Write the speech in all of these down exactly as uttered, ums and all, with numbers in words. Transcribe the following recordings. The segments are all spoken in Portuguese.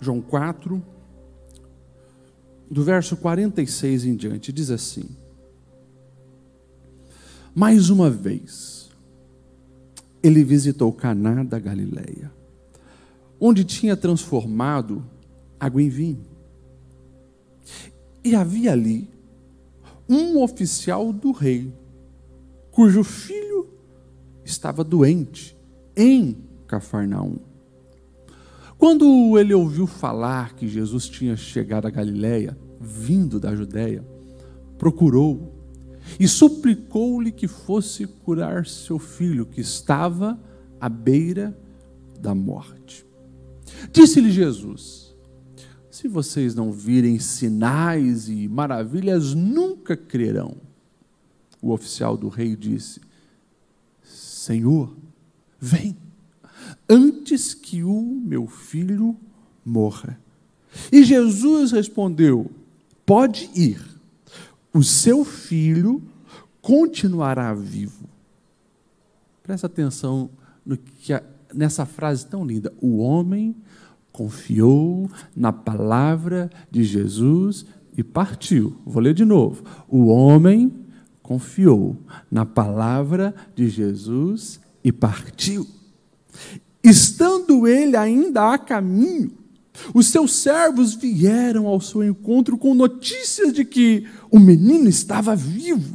João quatro, do verso quarenta e seis em diante, diz assim: mais uma vez, ele visitou Caná da Galileia, onde tinha transformado água em vinho. E havia ali um oficial do rei, cujo filho estava doente em Cafarnaum. Quando ele ouviu falar que Jesus tinha chegado a Galileia, vindo da Judeia, procurou e suplicou-lhe que fosse curar seu filho, que estava à beira da morte. Disse-lhe Jesus: se vocês não virem sinais e maravilhas, nunca crerão. O oficial do rei disse: Senhor, vem, antes que o meu filho morra. E Jesus respondeu: pode ir, o seu filho continuará vivo. Presta atenção no que a, nessa frase tão linda. O homem confiou na palavra de Jesus e partiu. Vou ler de novo. O homem confiou na palavra de Jesus e partiu. Estando ele ainda a caminho, os seus servos vieram ao seu encontro com notícias de que o menino estava vivo.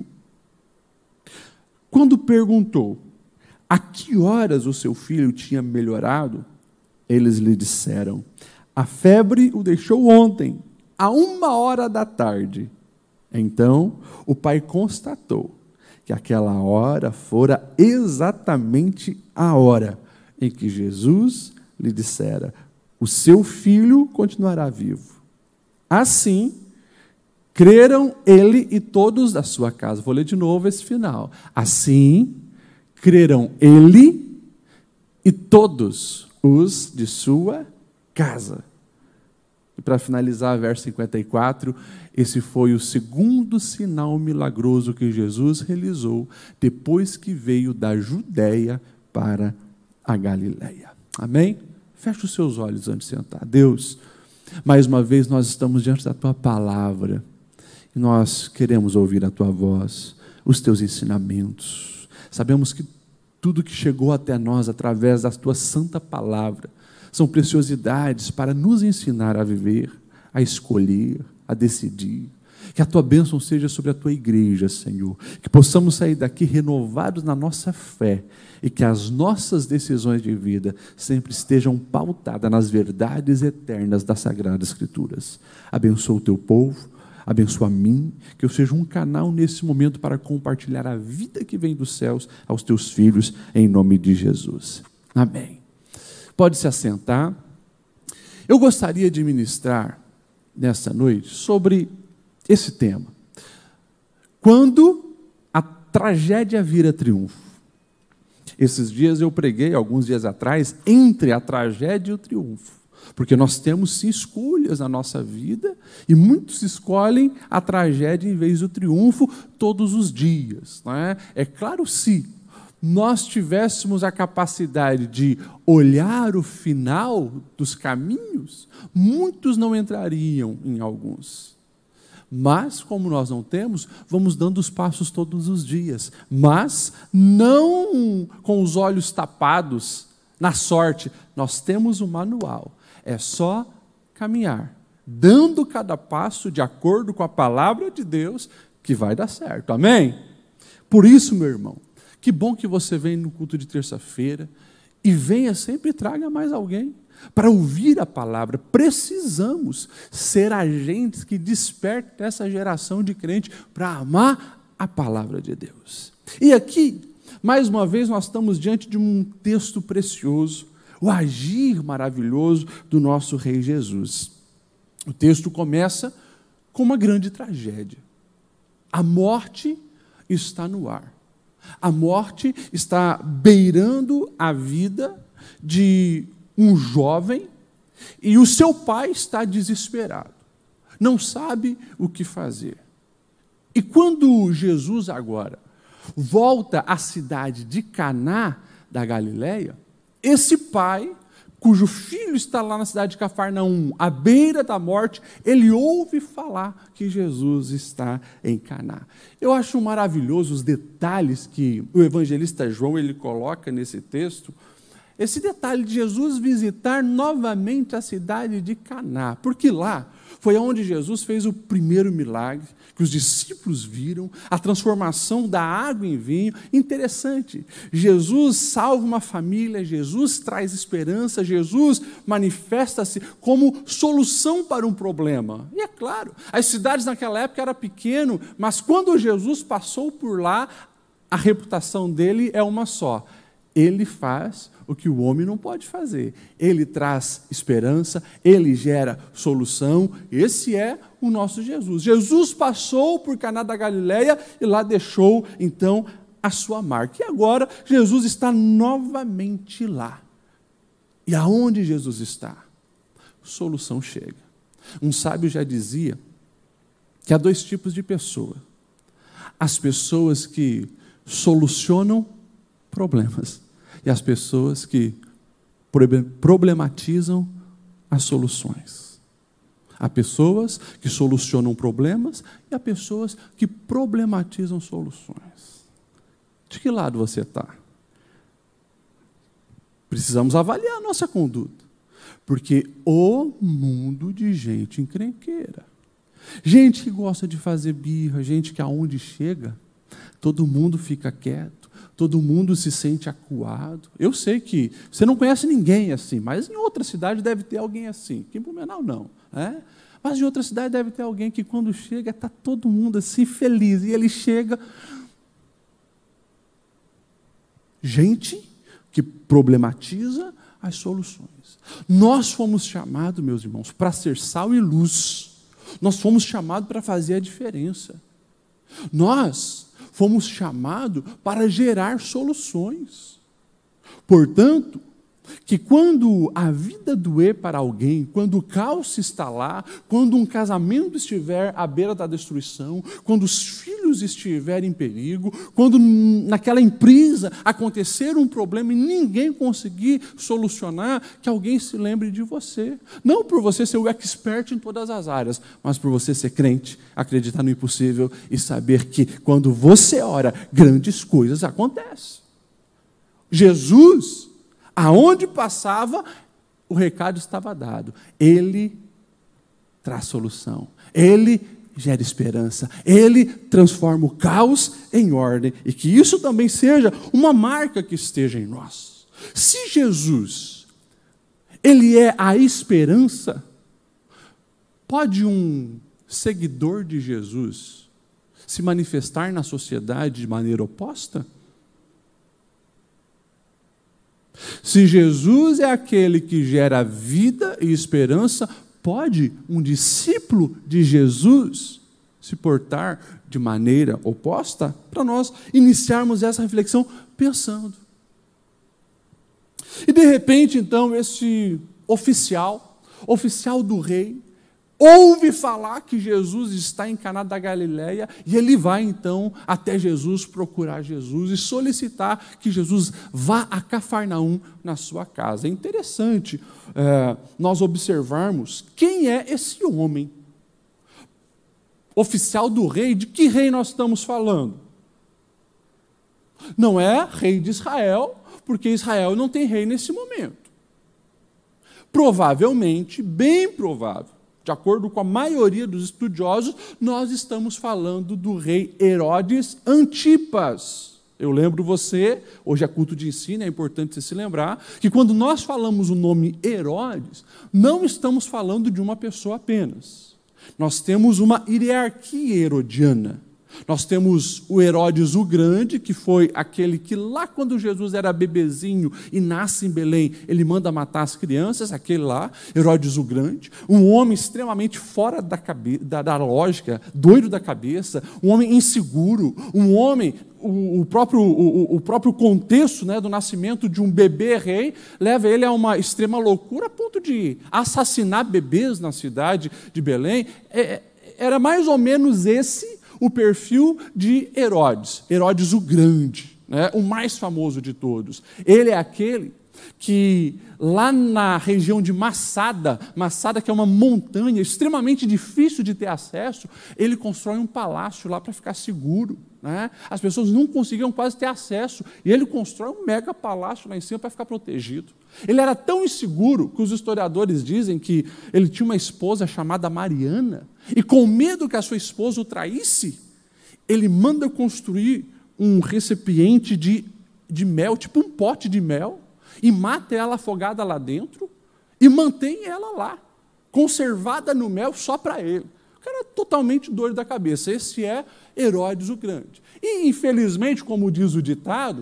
Quando perguntou a que horas o seu filho tinha melhorado, eles lhe disseram: a febre o deixou ontem, a uma hora da tarde. Então o pai constatou que aquela hora fora exatamente a hora em que Jesus lhe dissera: o seu filho continuará vivo. Assim, creram ele e todos da sua casa. Vou ler de novo esse final. Assim, creram ele e todos os de sua casa. E para finalizar, verso cinquenta e quatro, esse foi o segundo sinal milagroso que Jesus realizou depois que veio da Judéia para a Galileia. Amém? Feche os seus olhos antes de sentar. Deus, mais uma vez nós estamos diante da Tua palavra e nós queremos ouvir a Tua voz, os Teus ensinamentos. Sabemos que tudo que chegou até nós através da Tua santa palavra são preciosidades para nos ensinar a viver, a escolher, a decidir. Que a Tua bênção seja sobre a Tua igreja, Senhor. Que possamos sair daqui renovados na nossa fé e que as nossas decisões de vida sempre estejam pautadas nas verdades eternas das Sagradas Escrituras. Abençoa o Teu povo, abençoa a mim, que eu seja um canal nesse momento para compartilhar a vida que vem dos céus aos Teus filhos, em nome de Jesus. Amém. Pode se assentar. Eu gostaria de ministrar nessa noite sobre esse tema: quando a tragédia vira triunfo. Esses dias eu preguei, alguns dias atrás, entre a tragédia e o triunfo. Porque nós temos sim escolhas na nossa vida e muitos escolhem a tragédia em vez do triunfo todos os dias. Não é? É claro, se nós tivéssemos a capacidade de olhar o final dos caminhos, muitos não entrariam em alguns. Mas, como nós não temos, vamos dando os passos todos os dias. Mas não com os olhos tapados, na sorte. Nós temos o manual. É só caminhar, dando cada passo de acordo com a palavra de Deus, que vai dar certo. Amém? Por isso, meu irmão, que bom que você vem no culto de terça-feira e venha sempre e traga mais alguém para ouvir a palavra. Precisamos ser agentes que despertem essa geração de crente para amar a palavra de Deus. E aqui, mais uma vez, nós estamos diante de um texto precioso, o agir maravilhoso do nosso Rei Jesus. O texto começa com uma grande tragédia. A morte está no ar. A morte está beirando a vida de um jovem e o seu pai está desesperado. Não sabe o que fazer. E quando Jesus agora volta à cidade de Caná da Galileia, esse pai, cujo filho está lá na cidade de Cafarnaum, à beira da morte, ele ouve falar que Jesus está em Caná. Eu acho maravilhoso os detalhes que o evangelista João ele coloca nesse texto. Esse detalhe de Jesus visitar novamente a cidade de Caná, porque lá foi onde Jesus fez o primeiro milagre, que os discípulos viram, a transformação da água em vinho. Interessante, Jesus salva uma família, Jesus traz esperança, Jesus manifesta-se como solução para um problema. E é claro, as cidades naquela época eram pequenas, mas quando Jesus passou por lá, a reputação dele é uma só: ele faz o que o homem não pode fazer. Ele traz esperança, ele gera solução. Esse é o nosso Jesus. Jesus passou por Caná da Galileia e lá deixou, então, a sua marca. E agora, Jesus está novamente lá. E aonde Jesus está? Solução chega. Um sábio já dizia que há dois tipos de pessoas. As pessoas que solucionam problemas e as pessoas que problematizam as soluções. Há pessoas que solucionam problemas e há pessoas que problematizam soluções. De que lado você está? Precisamos avaliar a nossa conduta, porque o mundo de gente encrenqueira, gente que gosta de fazer birra, gente que aonde chega, todo mundo fica quieto, todo mundo se sente acuado. Eu sei que você não conhece ninguém assim, mas em outra cidade deve ter alguém assim. Aqui em Blumenau não, né? Mas em outra cidade deve ter alguém que quando chega está todo mundo assim feliz, e ele chega. Gente que problematiza as soluções. Nós fomos chamados, meus irmãos, para ser sal e luz. Nós fomos chamados para fazer a diferença. Nós fomos chamados para gerar soluções. Portanto, que quando a vida doer para alguém, quando o caos se instalar, quando um casamento estiver à beira da destruição, quando os filhos estiverem em perigo, quando naquela empresa acontecer um problema e ninguém conseguir solucionar, que alguém se lembre de você. Não por você ser o expert em todas as áreas, mas por você ser crente, acreditar no impossível e saber que quando você ora, grandes coisas acontecem. Jesus, aonde passava, o recado estava dado. Ele traz solução. Ele gera esperança. Ele transforma o caos em ordem. E que isso também seja uma marca que esteja em nós. Se Jesus, ele é a esperança, pode um seguidor de Jesus se manifestar na sociedade de maneira oposta? Se Jesus é aquele que gera vida e esperança, pode um discípulo de Jesus se portar de maneira oposta? Para nós iniciarmos essa reflexão pensando. E de repente, então, esse oficial, oficial do rei, ouve falar que Jesus está em Caná da Galileia e ele vai então até Jesus procurar Jesus e solicitar que Jesus vá a Cafarnaum na sua casa. É interessante é, nós observarmos quem é esse homem. Oficial do rei, de que rei nós estamos falando? Não é rei de Israel, porque Israel não tem rei nesse momento. Provavelmente, bem provável, de acordo com a maioria dos estudiosos, nós estamos falando do rei Herodes Antipas. Eu lembro você, hoje é culto de ensino, é importante você se lembrar, que quando nós falamos o nome Herodes, não estamos falando de uma pessoa apenas. Nós temos uma hierarquia herodiana. Nós temos o Herodes o Grande, que foi aquele que lá quando Jesus era bebezinho e nasce em Belém, ele manda matar as crianças, aquele lá, Herodes o Grande, um homem extremamente fora da, cabe- da, da lógica, doido da cabeça, um homem inseguro, um homem, o, o, próprio, o, o próprio contexto, né, do nascimento de um bebê rei, leva ele a uma extrema loucura a ponto de assassinar bebês na cidade de Belém. É, era mais ou menos esse o perfil de Herodes, Herodes o Grande, né, o mais famoso de todos. Ele é aquele que lá na região de Massada, Massada que é uma montanha extremamente difícil de ter acesso, ele constrói um palácio lá para ficar seguro, né? As pessoas não conseguiam quase ter acesso, e ele constrói um mega palácio lá em cima para ficar protegido. Ele era tão inseguro que os historiadores dizem que ele tinha uma esposa chamada Mariana, e com medo que a sua esposa o traísse, ele manda construir um recipiente de, de mel, tipo um pote de mel, e mata ela afogada lá dentro e mantém ela lá, conservada no mel só para ele. O cara é totalmente doido da cabeça. Esse é Herodes o Grande. E, infelizmente, como diz o ditado,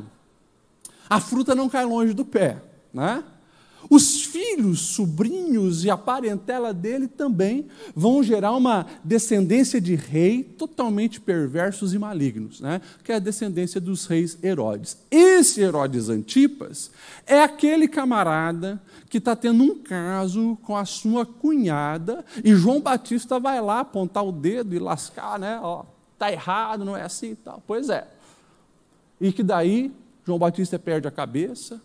a fruta não cai longe do pé, né? Os filhos, sobrinhos e a parentela dele também vão gerar uma descendência de rei totalmente perversos e malignos, né? Que é a descendência dos reis Herodes. Esse Herodes Antipas é aquele camarada que está tendo um caso com a sua cunhada e João Batista vai lá apontar o dedo e lascar, né? Ó, tá errado, não é assim e tal. Pois é. E que daí João Batista perde a cabeça.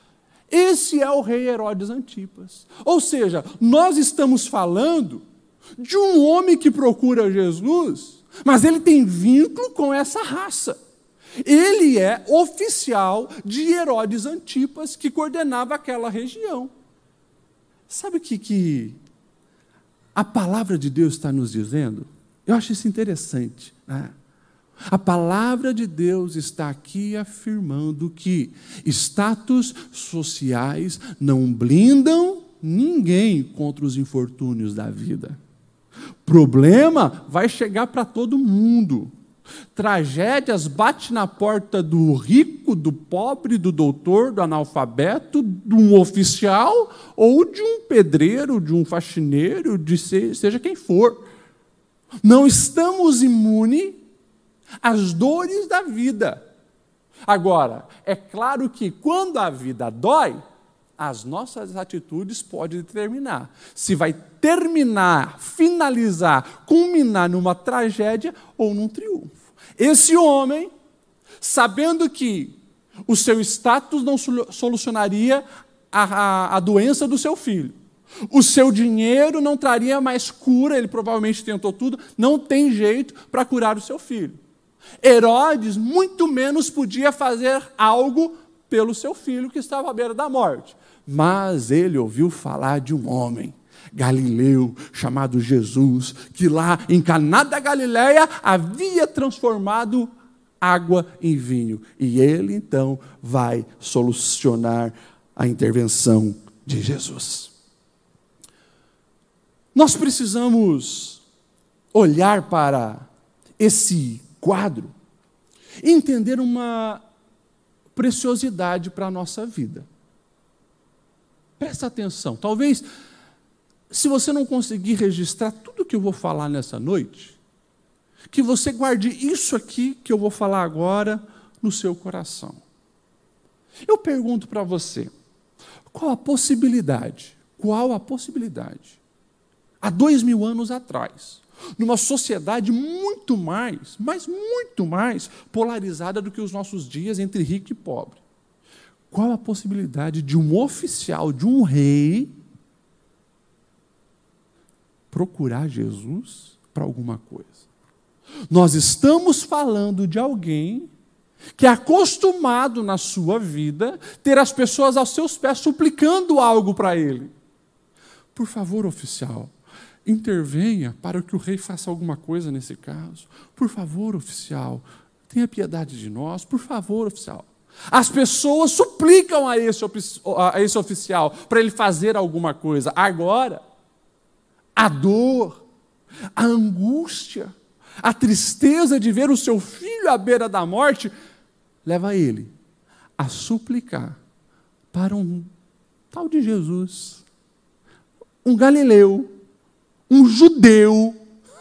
Esse é o rei Herodes Antipas. Ou seja, nós estamos falando de um homem que procura Jesus, mas ele tem vínculo com essa raça. Ele é oficial de Herodes Antipas, que coordenava aquela região. Sabe o que, que a palavra de Deus está nos dizendo? Eu acho isso interessante, né? A palavra de Deus está aqui afirmando que status sociais não blindam ninguém contra os infortúnios da vida. Problema vai chegar para todo mundo. Tragédias bate na porta do rico, do pobre, do doutor, do analfabeto, de um oficial ou de um pedreiro, de um faxineiro, de seja quem for. Não estamos imunes as dores da vida. Agora, é claro que quando a vida dói, as nossas atitudes podem determinar se vai terminar, finalizar, culminar numa tragédia ou num triunfo. Esse homem, sabendo que o seu status não solucionaria a, a, a doença do seu filho, o seu dinheiro não traria mais cura, ele provavelmente tentou tudo, não tem jeito para curar o seu filho. Herodes, muito menos, podia fazer algo pelo seu filho que estava à beira da morte. Mas ele ouviu falar de um homem, Galileu, chamado Jesus, que lá em Caná da Galileia havia transformado água em vinho. E ele, então, vai solucionar a intervenção de Jesus. Nós precisamos olhar para esse quadro e entender uma preciosidade para a nossa vida. Presta atenção. Talvez, se você não conseguir registrar tudo que eu vou falar nessa noite, que você guarde isso aqui que eu vou falar agora no seu coração. Eu pergunto para você, qual a possibilidade, qual a possibilidade, há dois mil anos atrás, numa sociedade muito mais, mas muito mais polarizada do que os nossos dias entre rico e pobre. Qual a possibilidade de um oficial, de um rei, procurar Jesus para alguma coisa? Nós estamos falando de alguém que é acostumado na sua vida ter as pessoas aos seus pés suplicando algo para ele. Por favor, oficial, intervenha para que o rei faça alguma coisa nesse caso. Por favor, oficial, tenha piedade de nós. Por favor, oficial. As pessoas suplicam a esse, a esse oficial para ele fazer alguma coisa. Agora, a dor, a angústia, a tristeza de ver o seu filho à beira da morte, leva ele a suplicar para um tal de Jesus, um galileu, um judeu.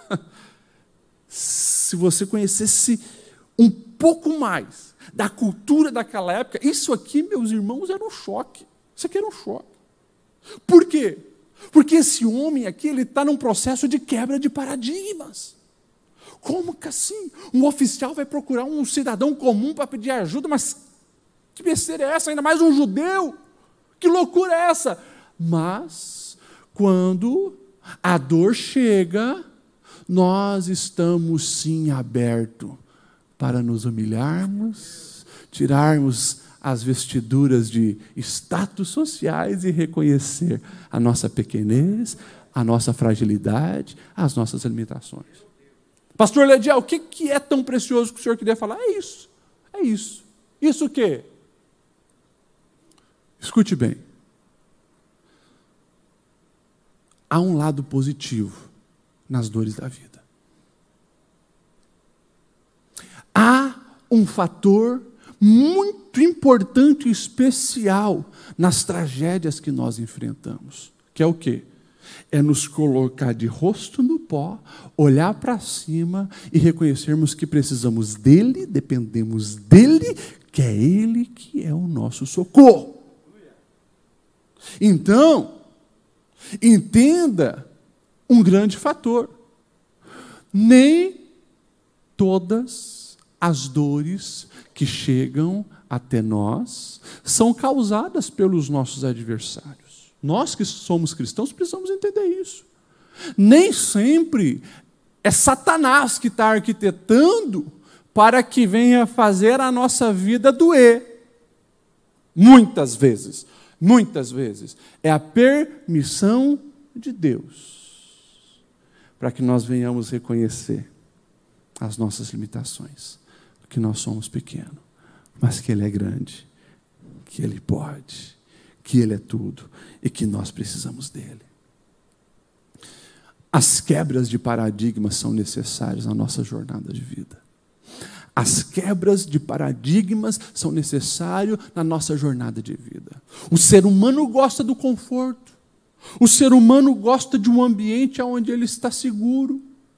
Se você conhecesse um pouco mais da cultura daquela época, isso aqui, meus irmãos, era um choque. Isso aqui era um choque. Por quê? Porque esse homem aqui, ele está num processo de quebra de paradigmas. Como que assim? Um oficial vai procurar um cidadão comum para pedir ajuda, mas que besteira é essa? Ainda mais um judeu. Que loucura é essa? Mas, quando a dor chega, nós estamos sim abertos para nos humilharmos, tirarmos as vestiduras de status sociais e reconhecer a nossa pequenez, a nossa fragilidade, as nossas limitações. Pastor Lediel, o que, que é tão precioso que o senhor queria falar? É isso, é isso. Isso o quê? Escute bem. Há um lado positivo nas dores da vida. Há um fator muito importante e especial nas tragédias que nós enfrentamos, que é o quê? É nos colocar de rosto no pó, olhar para cima e reconhecermos que precisamos dele, dependemos dele, que é ele que é o nosso socorro. Então, entenda um grande fator. Nem todas as dores que chegam até nós são causadas pelos nossos adversários. Nós que somos cristãos precisamos entender isso. Nem sempre é Satanás que está arquitetando para que venha fazer a nossa vida doer. Muitas vezes, muitas vezes, é a permissão de Deus para que nós venhamos reconhecer as nossas limitações, que nós somos pequenos, mas que Ele é grande, que Ele pode, que Ele é tudo e que nós precisamos dEle. As quebras de paradigmas são necessárias na nossa jornada de vida. As quebras de paradigmas são necessárias na nossa jornada de vida. O ser humano gosta do conforto. O ser humano gosta de um ambiente onde ele está seguro.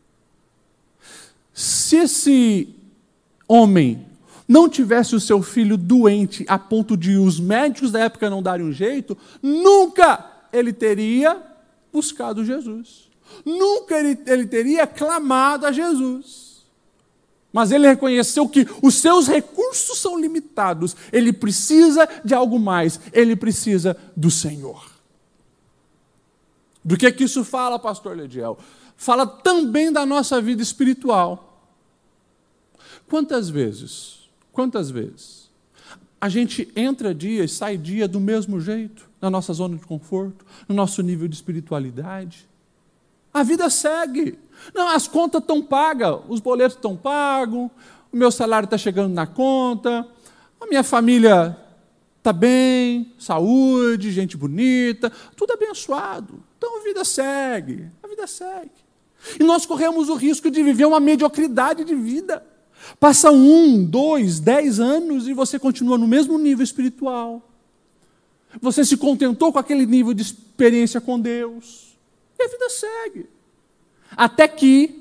Se esse homem não tivesse o seu filho doente a ponto de os médicos da época não darem um jeito, nunca ele teria buscado Jesus. Nunca ele, ele teria clamado a Jesus. Mas ele reconheceu que os seus recursos são limitados. Ele precisa de algo mais. Ele precisa do Senhor. Do que que isso fala, pastor Lediel? Fala também da nossa vida espiritual. Quantas vezes, quantas vezes, a gente entra dia e sai dia do mesmo jeito, na nossa zona de conforto, no nosso nível de espiritualidade? A vida segue. Não, as contas estão pagas, os boletos estão pagos, o meu salário está chegando na conta, a minha família está bem, saúde, gente bonita, tudo abençoado. Então a vida segue, a vida segue. E nós corremos o risco de viver uma mediocridade de vida. Passa um, dois, dez anos e você continua no mesmo nível espiritual. Você se contentou com aquele nível de experiência com Deus. E a vida segue. Até que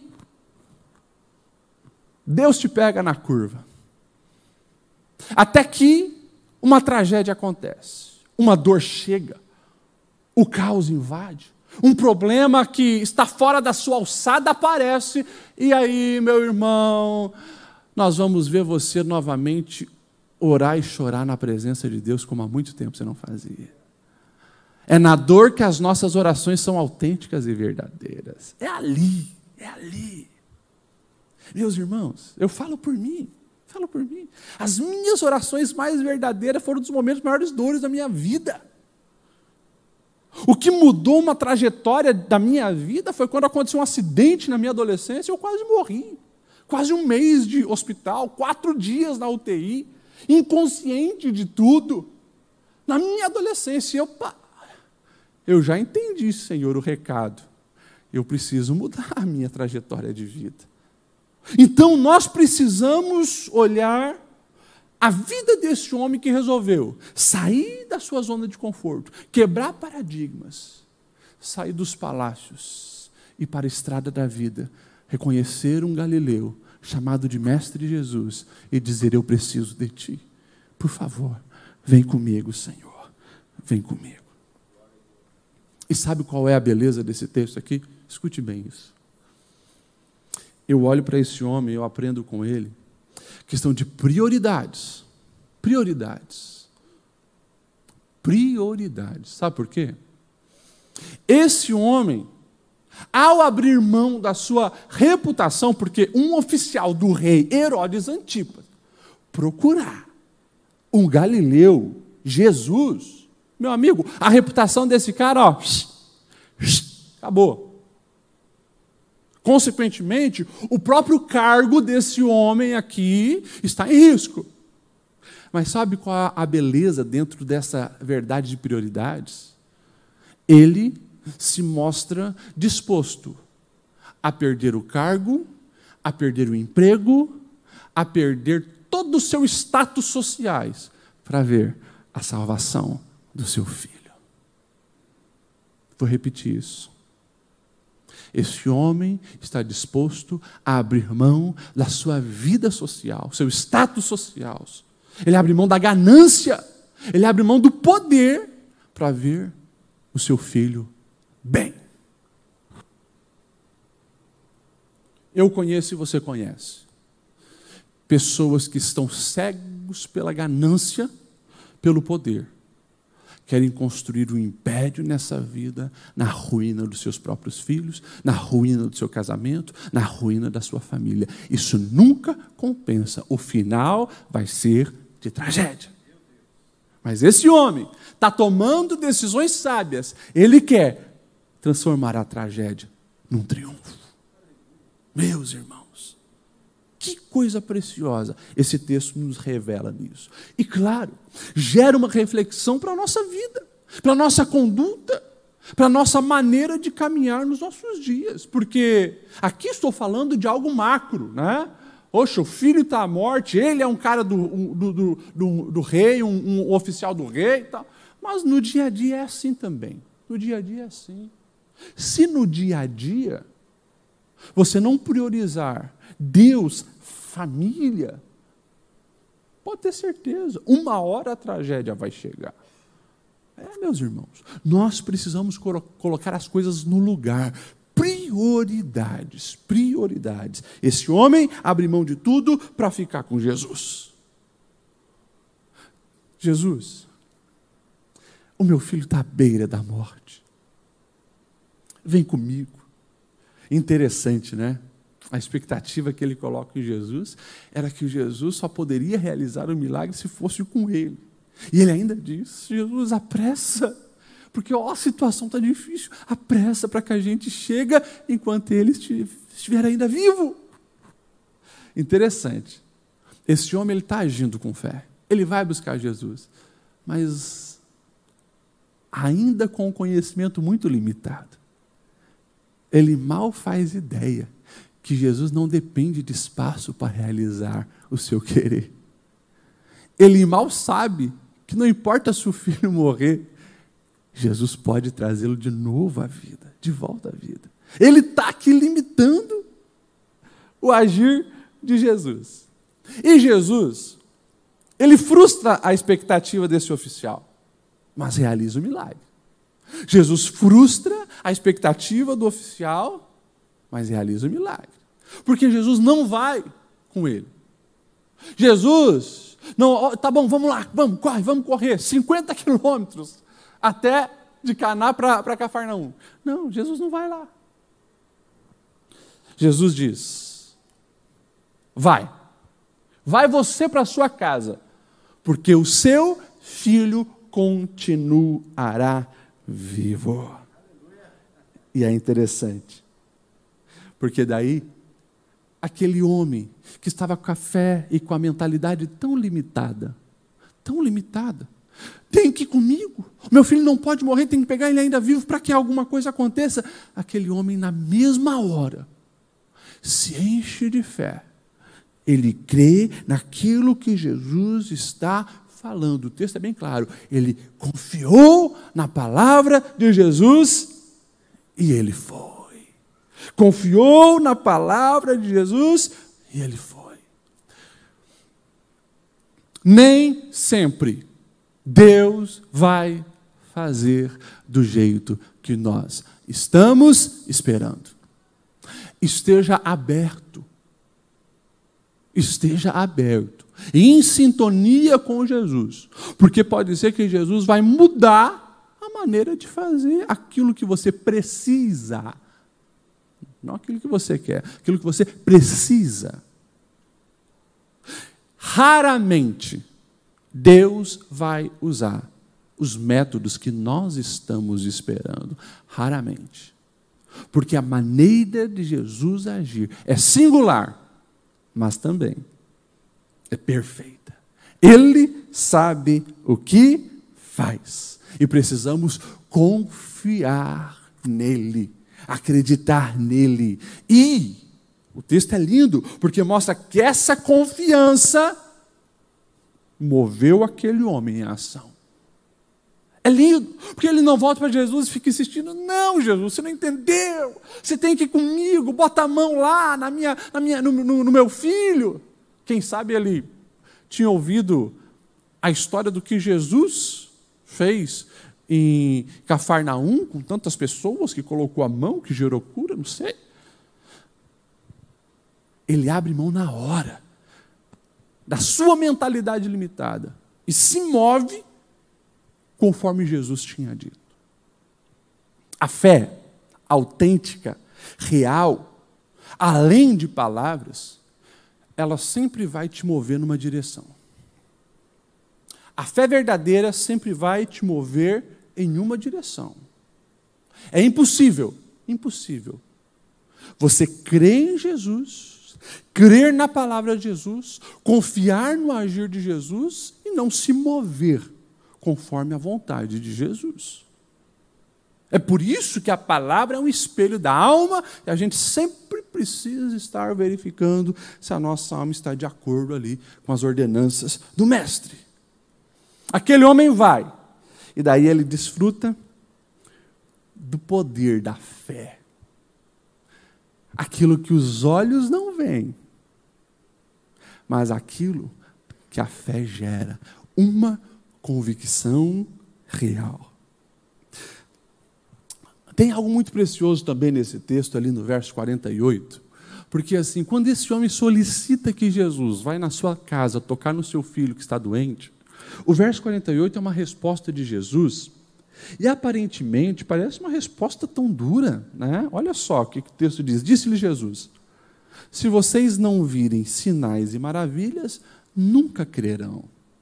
Deus te pega na curva. Até que uma tragédia acontece. Uma dor chega. O caos invade. Um problema que está fora da sua alçada aparece. E aí, meu irmão, nós vamos ver você novamente orar e chorar na presença de Deus como há muito tempo você não fazia. É na dor que as nossas orações são autênticas e verdadeiras. É ali, é ali. Meus irmãos, eu falo por mim, falo por mim. As minhas orações mais verdadeiras foram dos momentos maiores dores da minha vida. O que mudou uma trajetória da minha vida foi quando aconteceu um acidente na minha adolescência e eu quase morri. Quase um mês de hospital, quatro dias na U T I, inconsciente de tudo. Na minha adolescência, eu... Eu já entendi, Senhor, o recado. Eu preciso mudar a minha trajetória de vida. Então, nós precisamos olhar a vida desse homem que resolveu sair da sua zona de conforto, quebrar paradigmas, sair dos palácios e para a estrada da vida, reconhecer um Galileu chamado de Mestre Jesus e dizer: eu preciso de ti. Por favor, vem comigo, Senhor. Vem comigo. E sabe qual é a beleza desse texto aqui? Escute bem isso. Eu olho para esse homem, eu aprendo com ele, questão de prioridades. Prioridades. prioridades. Sabe por quê? Esse homem, ao abrir mão da sua reputação, porque um oficial do rei Herodes Antipas procurar um galileu, Jesus, meu amigo, a reputação desse cara, ó, acabou. Consequentemente, o próprio cargo desse homem aqui está em risco. Mas sabe qual a beleza dentro dessa verdade de prioridades? Ele se mostra disposto a perder o cargo, a perder o emprego, a perder todo o seu status sociais para ver a salvação do seu filho. Vou repetir isso. Esse homem está disposto a abrir mão da sua vida social, seu status social. Ele abre mão da ganância, ele abre mão do poder para ver o seu filho bem. Eu conheço e você conhece pessoas que estão cegos pela ganância, pelo poder. Querem construir um império nessa vida, na ruína dos seus próprios filhos, na ruína do seu casamento, na ruína da sua família. Isso nunca compensa. O final vai ser de tragédia. Mas esse homem está tomando decisões sábias. Ele quer transformar a tragédia num triunfo. Meus irmãos, que coisa preciosa esse texto nos revela nisso. E claro, gera uma reflexão para a nossa vida, para a nossa conduta, para a nossa maneira de caminhar nos nossos dias. Porque aqui estou falando de algo macro, né? Poxa, o filho está à morte, ele é um cara do, do, do, do, do rei, um, um oficial do rei e tal. Mas no dia a dia é assim também. No dia a dia é assim. Se no dia a dia você não priorizar Deus, família, pode ter certeza, uma hora a tragédia vai chegar. É, meus irmãos, nós precisamos colocar as coisas no lugar. Prioridades, prioridades. Esse homem abre mão de tudo para ficar com Jesus. Jesus, o meu filho está à beira da morte. Vem comigo. Interessante, né? A expectativa que ele coloca em Jesus era que Jesus só poderia realizar o milagre se fosse com ele. E ele ainda diz, Jesus, apressa, porque ó, a situação está difícil, apressa para que a gente chegue enquanto ele estiver ainda vivo. Interessante. Esse homem está agindo com fé. Ele vai buscar Jesus, mas ainda com um conhecimento muito limitado. Ele mal faz ideia que Jesus não depende de espaço para realizar o seu querer. Ele mal sabe que não importa se o filho morrer, Jesus pode trazê-lo de novo à vida, de volta à vida. Ele está aqui limitando o agir de Jesus. E Jesus, ele frustra a expectativa desse oficial, mas realiza o milagre. Jesus frustra a expectativa do oficial, mas realiza o milagre. Porque Jesus não vai com ele. Jesus, não, tá bom, vamos lá, vamos, corre, vamos correr, cinquenta quilômetros até de Caná para Cafarnaum. Não, Jesus não vai lá. Jesus diz, vai, vai você para a sua casa, porque o seu filho continuará vivo. E é interessante, porque daí, aquele homem que estava com a fé e com a mentalidade tão limitada, tão limitada, tem que ir comigo, meu filho não pode morrer, tem que pegar ele ainda vivo para que alguma coisa aconteça. Aquele homem, na mesma hora, se enche de fé, ele crê naquilo que Jesus está falando. O texto é bem claro, ele confiou na palavra de Jesus e ele foi. Confiou na palavra de Jesus e ele foi. Nem sempre Deus vai fazer do jeito que nós estamos esperando. Esteja aberto. esteja aberto, em sintonia com Jesus, porque pode ser que Jesus vai mudar a maneira de fazer aquilo que você precisa, não aquilo que você quer, aquilo que você precisa. Raramente Deus vai usar os métodos que nós estamos esperando, raramente, porque a maneira de Jesus agir é singular, mas também é perfeita. Ele sabe o que faz e precisamos confiar nele, acreditar nele. E o texto é lindo porque mostra que essa confiança moveu aquele homem em ação. É lindo, porque ele não volta para Jesus e fica insistindo, não, Jesus, você não entendeu, você tem que ir comigo, bota a mão lá na minha, na minha, no, no, no meu filho. Quem sabe ele tinha ouvido a história do que Jesus fez em Cafarnaum, com tantas pessoas, que colocou a mão, que gerou cura, não sei. Ele abre mão na hora da sua mentalidade limitada e se move conforme Jesus tinha dito. A fé autêntica, real, além de palavras, ela sempre vai te mover numa direção. A fé verdadeira sempre vai te mover em uma direção. É impossível, impossível, você crer em Jesus, crer na palavra de Jesus, confiar no agir de Jesus e não se mover conforme a vontade de Jesus. É por isso que a palavra é um espelho da alma e a gente sempre precisa estar verificando se a nossa alma está de acordo ali com as ordenanças do Mestre. Aquele homem vai, e daí ele desfruta do poder da fé. Aquilo que os olhos não veem, mas aquilo que a fé gera, uma convicção real. Tem algo muito precioso também nesse texto, ali no verso quarenta e oito, porque assim, quando esse homem solicita que Jesus vai na sua casa tocar no seu filho que está doente, o verso quarenta e oito é uma resposta de Jesus, e aparentemente parece uma resposta tão dura, né? Olha só o que o texto diz. Disse-lhe Jesus, se vocês não virem sinais e maravilhas, nunca crerão.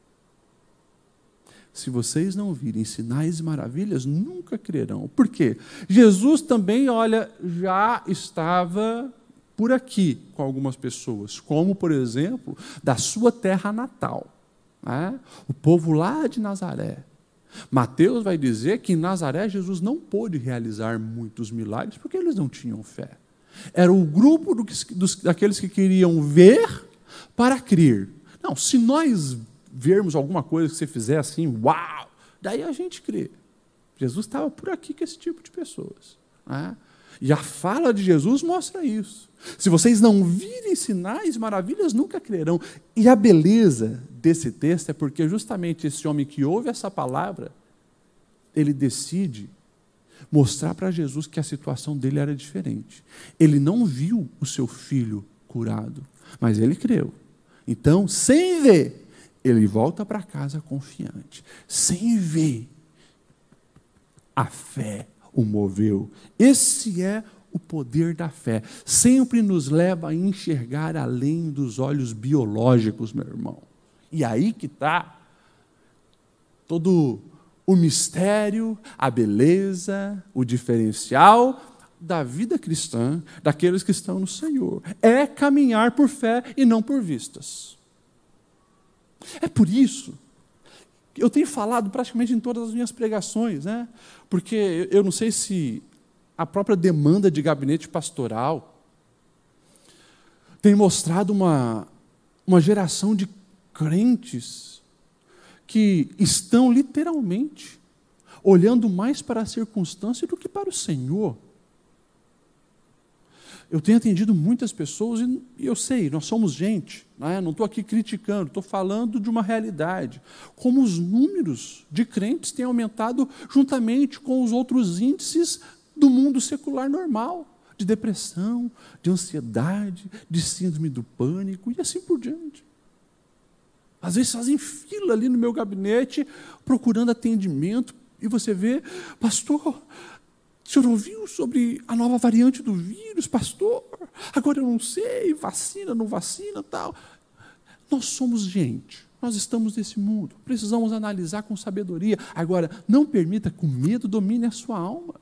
Se vocês não virem sinais e maravilhas, nunca crerão. Por quê? Jesus também, olha, já estava por aqui com algumas pessoas, como, por exemplo, da sua terra natal, né? O povo lá de Nazaré. Mateus vai dizer que em Nazaré Jesus não pôde realizar muitos milagres porque eles não tinham fé. Era o grupo do que, dos, daqueles que queriam ver para crer. Não, se nós vermos alguma coisa que você fizer assim, uau, daí a gente crê. Jesus estava por aqui com esse tipo de pessoas, né? E a fala de Jesus mostra isso. Se vocês não virem sinais e maravilhas, nunca crerão. E a beleza desse texto é porque justamente esse homem que ouve essa palavra, ele decide mostrar para Jesus que a situação dele era diferente. Ele não viu o seu filho curado, mas ele creu. Então, sem ver, ele volta para casa confiante. Sem ver, a fé o moveu. Esse é o poder da fé. Sempre nos leva a enxergar além dos olhos biológicos, meu irmão. E aí que está todo o mistério, a beleza, o diferencial da vida cristã, daqueles que estão no Senhor. É caminhar por fé e não por vistas. É por isso que eu tenho falado praticamente em todas as minhas pregações, né? Porque eu não sei se a própria demanda de gabinete pastoral tem mostrado uma, uma geração de crentes que estão literalmente olhando mais para a circunstância do que para o Senhor. Eu tenho atendido muitas pessoas e eu sei, nós somos gente, né? Não estou aqui criticando, estou falando de uma realidade. Como os números de crentes têm aumentado juntamente com os outros índices do mundo secular normal. de depressão, de ansiedade, de síndrome do pânico e assim por diante. Às vezes fazem fila ali no meu gabinete, procurando atendimento, e você vê, pastor, o senhor ouviu sobre a nova variante do vírus, pastor? Agora eu não sei, vacina, não vacina, tal. Nós somos gente, nós estamos nesse mundo, precisamos analisar com sabedoria. Agora, não permita que o medo domine a sua alma.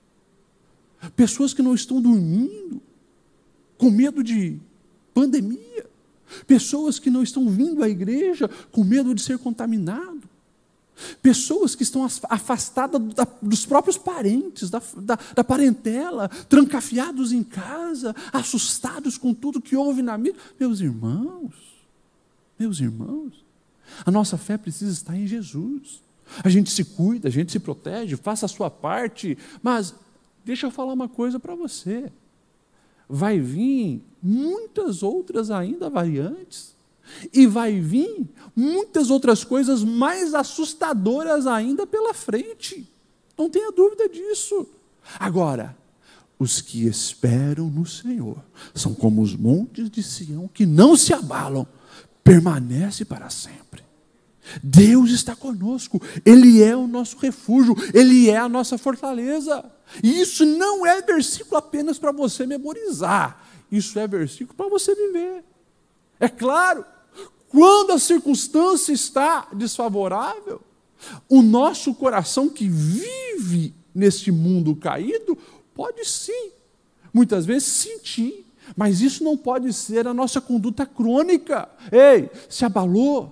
Pessoas que não estão dormindo, com medo de pandemia. Pessoas que não estão vindo à igreja com medo de ser contaminado. Pessoas que estão afastadas dos próprios parentes, da, da, da parentela, trancafiados em casa, assustados com tudo que houve na mídia. Meus irmãos, meus irmãos, a nossa fé precisa estar em Jesus. A gente se cuida, a gente se protege, faça a sua parte, mas deixa eu falar uma coisa para você. Vai vir muitas outras ainda variantes, e vai vir muitas outras coisas mais assustadoras ainda pela frente. Não tenha dúvida disso. Agora, os que esperam no Senhor são como os montes de Sião que não se abalam, permanece para sempre. Deus está conosco, Ele é o nosso refúgio, Ele é a nossa fortaleza. E isso não é versículo apenas para você memorizar, isso é versículo para você viver. É claro, quando a circunstância está desfavorável, o nosso coração que vive neste mundo caído, pode sim, muitas vezes sentir, mas isso não pode ser a nossa conduta crônica. Ei, se abalou,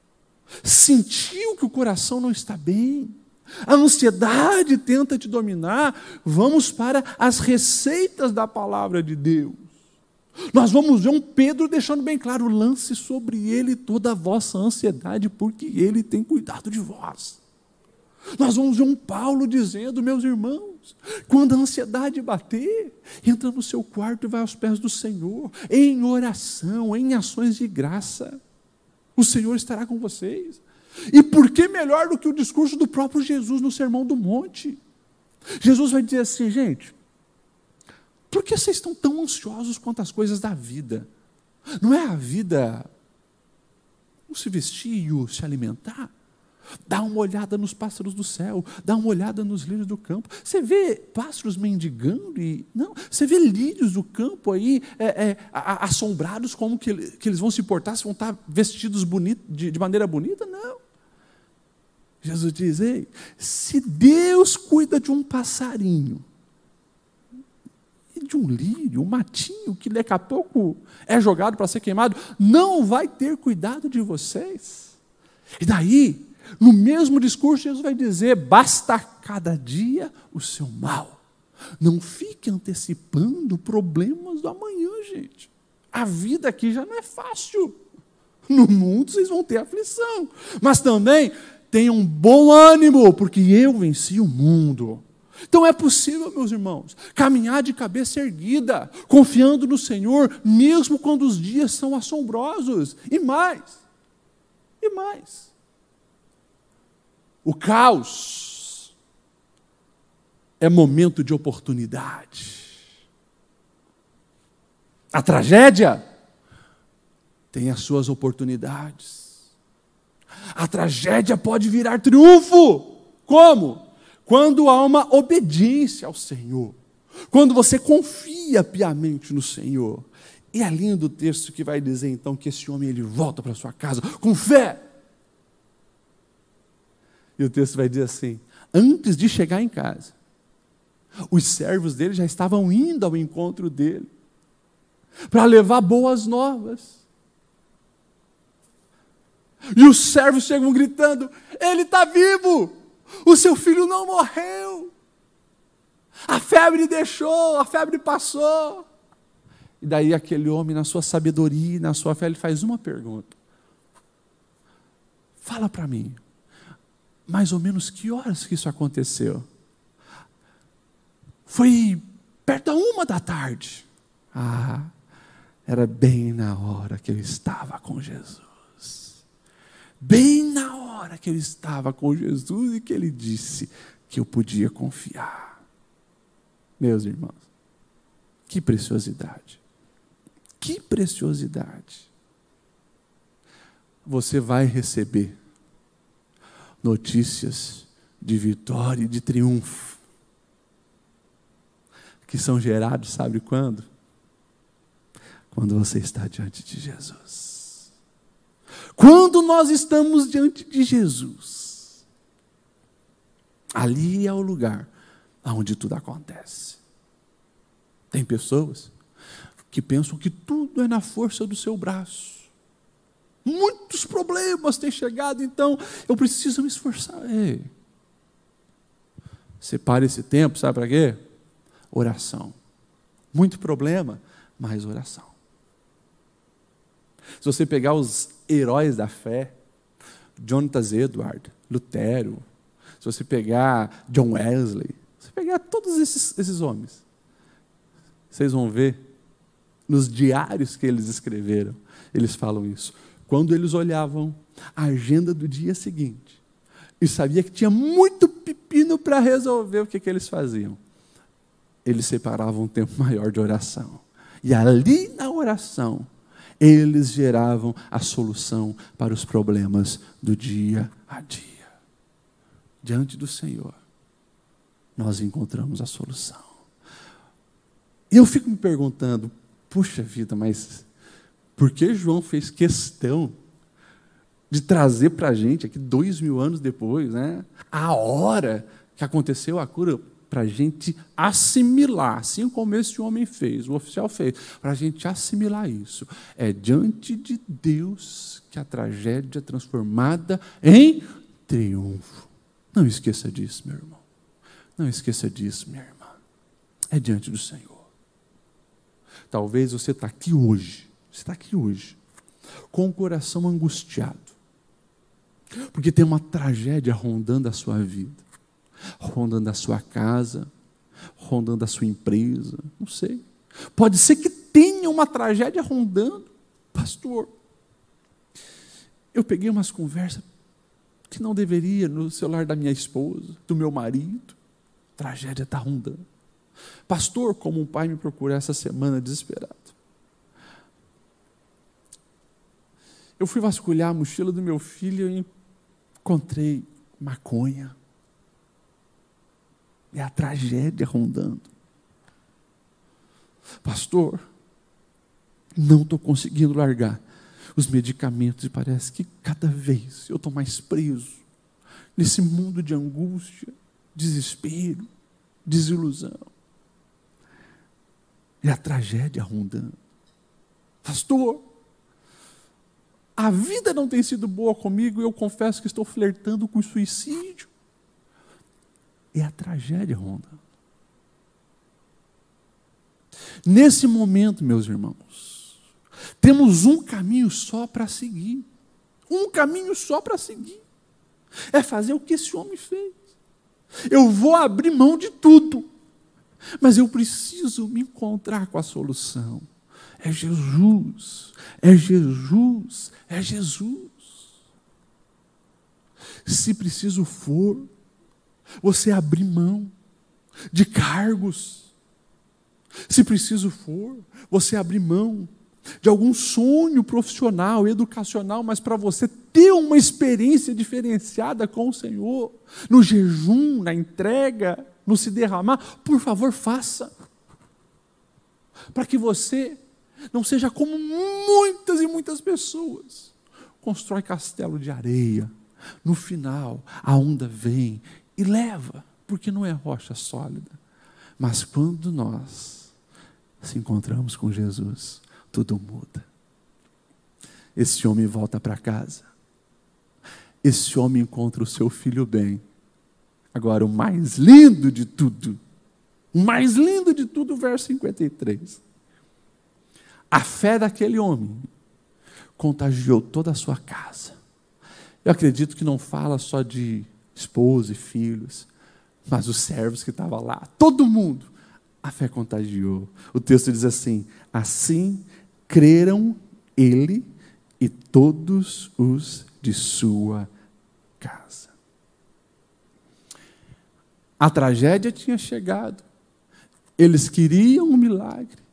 sentiu que o coração não está bem, a ansiedade tenta te dominar, vamos para as receitas da palavra de Deus. Nós vamos ver um Pedro deixando bem claro, lance sobre ele toda a vossa ansiedade, porque ele tem cuidado de vós. Nós vamos ver um Paulo dizendo, meus irmãos, quando a ansiedade bater, entra no seu quarto e vai aos pés do Senhor, em oração, em ações de graça. O Senhor estará com vocês. E por que melhor do que o discurso do próprio Jesus no Sermão do Monte? Jesus vai dizer assim, gente, por que vocês estão tão ansiosos quanto as coisas da vida? Não é a vida o se vestir e o se alimentar? Dá uma olhada nos pássaros do céu, dá uma olhada nos lírios do campo. Você vê pássaros mendigando e não, você vê lírios do campo aí é, é, assombrados como que, que eles vão se portar, se vão estar vestidos bonito, de, de maneira bonita? Não. Jesus diz, ei, se Deus cuida de um passarinho e de um lírio, um matinho que daqui a pouco é jogado para ser queimado, não vai ter cuidado de vocês? E daí, no mesmo discurso, Jesus vai dizer, basta cada dia o seu mal. Não fique antecipando problemas do amanhã, gente. A vida aqui já não é fácil. No mundo vocês vão ter aflição. Mas também tenham bom ânimo, porque eu venci o mundo. Então é possível, meus irmãos, caminhar de cabeça erguida, confiando no Senhor, mesmo quando os dias são assombrosos. E mais, e mais. O caos é momento de oportunidade. A tragédia tem as suas oportunidades. A tragédia pode virar triunfo. Como? Quando há uma obediência ao Senhor. Quando você confia piamente no Senhor. E é lindo o texto que vai dizer então que esse homem ele volta para sua casa com fé. E o texto vai dizer assim, antes de chegar em casa, os servos dele já estavam indo ao encontro dele, para levar boas novas. E os servos chegam gritando, ele está vivo, o seu filho não morreu, a febre deixou, a febre passou. E daí aquele homem, na sua sabedoria, na sua fé, ele faz uma pergunta, fala para mim, mais ou menos que horas que isso aconteceu? Foi perto da uma da tarde. Ah, era bem na hora que eu estava com Jesus. Bem na hora que eu estava com Jesus e que ele disse que eu podia confiar. Meus irmãos, Que preciosidade! Que preciosidade! Você vai receber notícias de vitória e de triunfo, que são gerados, sabe quando? Quando você está diante de Jesus. Quando nós estamos diante de Jesus, ali é o lugar onde tudo acontece. Tem pessoas que pensam que tudo é na força do seu braço. Muitos problemas têm chegado, então eu preciso me esforçar. Ei, separe esse tempo, sabe para quê? Oração. Muito problema, mas oração. Se você pegar os heróis da fé, Jonathan Edwards, Lutero, se você pegar John Wesley, se você pegar todos esses, esses homens, vocês vão ver nos diários que eles escreveram, eles falam isso. Quando eles olhavam a agenda do dia seguinte e sabia que tinha muito pepino para resolver, o que, que eles faziam? Eles separavam um tempo maior de oração. E ali na oração, eles geravam a solução para os problemas do dia a dia. Diante do Senhor, nós encontramos a solução. E eu fico me perguntando, puxa vida, mas por que João fez questão de trazer para a gente, aqui dois mil anos depois, né, a hora que aconteceu a cura, para a gente assimilar, assim como esse homem fez, o oficial fez, para a gente assimilar isso. É diante de Deus que a tragédia é transformada em triunfo. Não esqueça disso, meu irmão. Não esqueça disso, minha irmã. É diante do Senhor. Talvez você está aqui hoje, você está aqui hoje, com o coração angustiado, porque tem uma tragédia rondando a sua vida, rondando a sua casa, rondando a sua empresa, não sei. Pode ser que tenha uma tragédia rondando. Pastor, eu peguei umas conversas que não deveria no celular da minha esposa, do meu marido. A tragédia está rondando. Pastor, como um pai me procurou essa semana desesperado. Eu fui vasculhar a mochila do meu filho e encontrei maconha. É a tragédia rondando. Pastor, não estou conseguindo largar os medicamentos e parece que cada vez eu estou mais preso nesse mundo de angústia, desespero, desilusão. É a tragédia rondando. Pastor, a vida não tem sido boa comigo e eu confesso que estou flertando com o suicídio. É a tragédia rondando. Nesse momento, meus irmãos, temos um caminho só para seguir. Um caminho só para seguir. É fazer o que esse homem fez. Eu vou abrir mão de tudo, mas eu preciso me encontrar com a solução. É Jesus, é Jesus, é Jesus. Se preciso for, você abrir mão de cargos. Se preciso for, você abrir mão de algum sonho profissional, educacional, mas para você ter uma experiência diferenciada com o Senhor, no jejum, na entrega, no se derramar, por favor, faça. Para que você não seja como muitas e muitas pessoas. Constrói castelo de areia. No final, a onda vem e leva, porque não é rocha sólida. Mas quando nós se encontramos com Jesus, tudo muda. Esse homem volta para casa. Esse homem encontra o seu filho bem. Agora, o mais lindo de tudo, o mais lindo de tudo, o verso cinquenta e três. A fé daquele homem contagiou toda a sua casa. Eu acredito que não fala só de esposa e filhos, mas os servos que estavam lá, todo mundo, a fé contagiou. O texto diz assim: assim creram ele e todos os de sua casa. A tragédia tinha chegado. Eles queriam um milagre.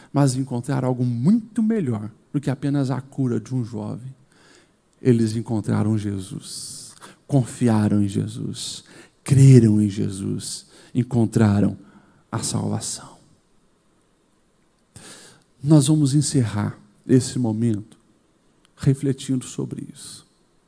mas encontraram algo muito melhor do que apenas a cura de um jovem. Eles encontraram Jesus, confiaram em Jesus, creram em Jesus, encontraram a salvação. Nós vamos encerrar esse momento refletindo sobre isso.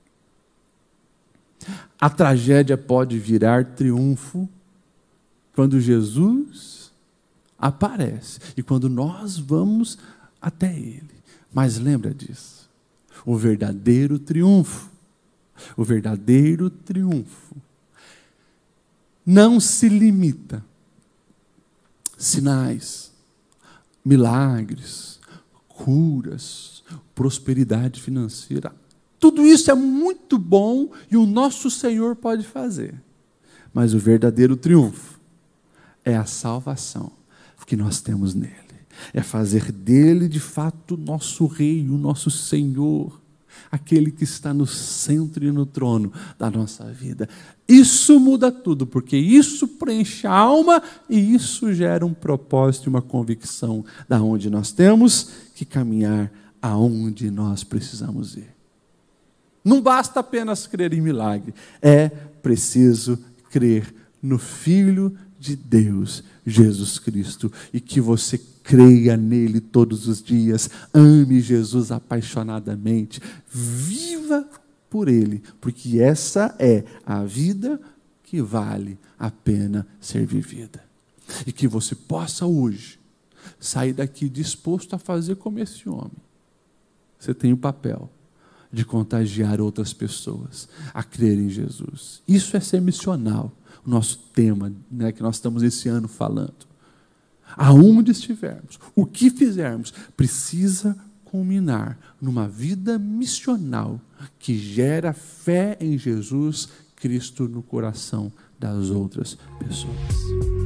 A tragédia pode virar triunfo quando Jesus aparece e quando nós vamos até Ele. Mas lembra disso, o verdadeiro triunfo, o verdadeiro triunfo não se limita a sinais, milagres, curas, prosperidade financeira. Tudo isso é muito bom e o nosso Senhor pode fazer. Mas o verdadeiro triunfo é a salvação que nós temos nele. É fazer dele, de fato, o nosso Rei, o nosso Senhor, aquele que está no centro e no trono da nossa vida. Isso muda tudo, porque isso preenche a alma e isso gera um propósito e uma convicção da onde nós temos que caminhar, aonde nós precisamos ir. Não basta apenas crer em milagre, é preciso crer no Filho de Deus, Jesus Cristo, e que você creia nele todos os dias, ame Jesus apaixonadamente, viva por ele, porque essa é a vida que vale a pena ser vivida. E que você possa hoje sair daqui disposto a fazer como esse homem. Você tem o papel de contagiar outras pessoas a crer em Jesus. Isso é ser missional, o nosso tema, né, que nós estamos esse ano falando. Aonde estivermos, o que fizermos, precisa culminar numa vida missional que gera fé em Jesus Cristo no coração das outras pessoas.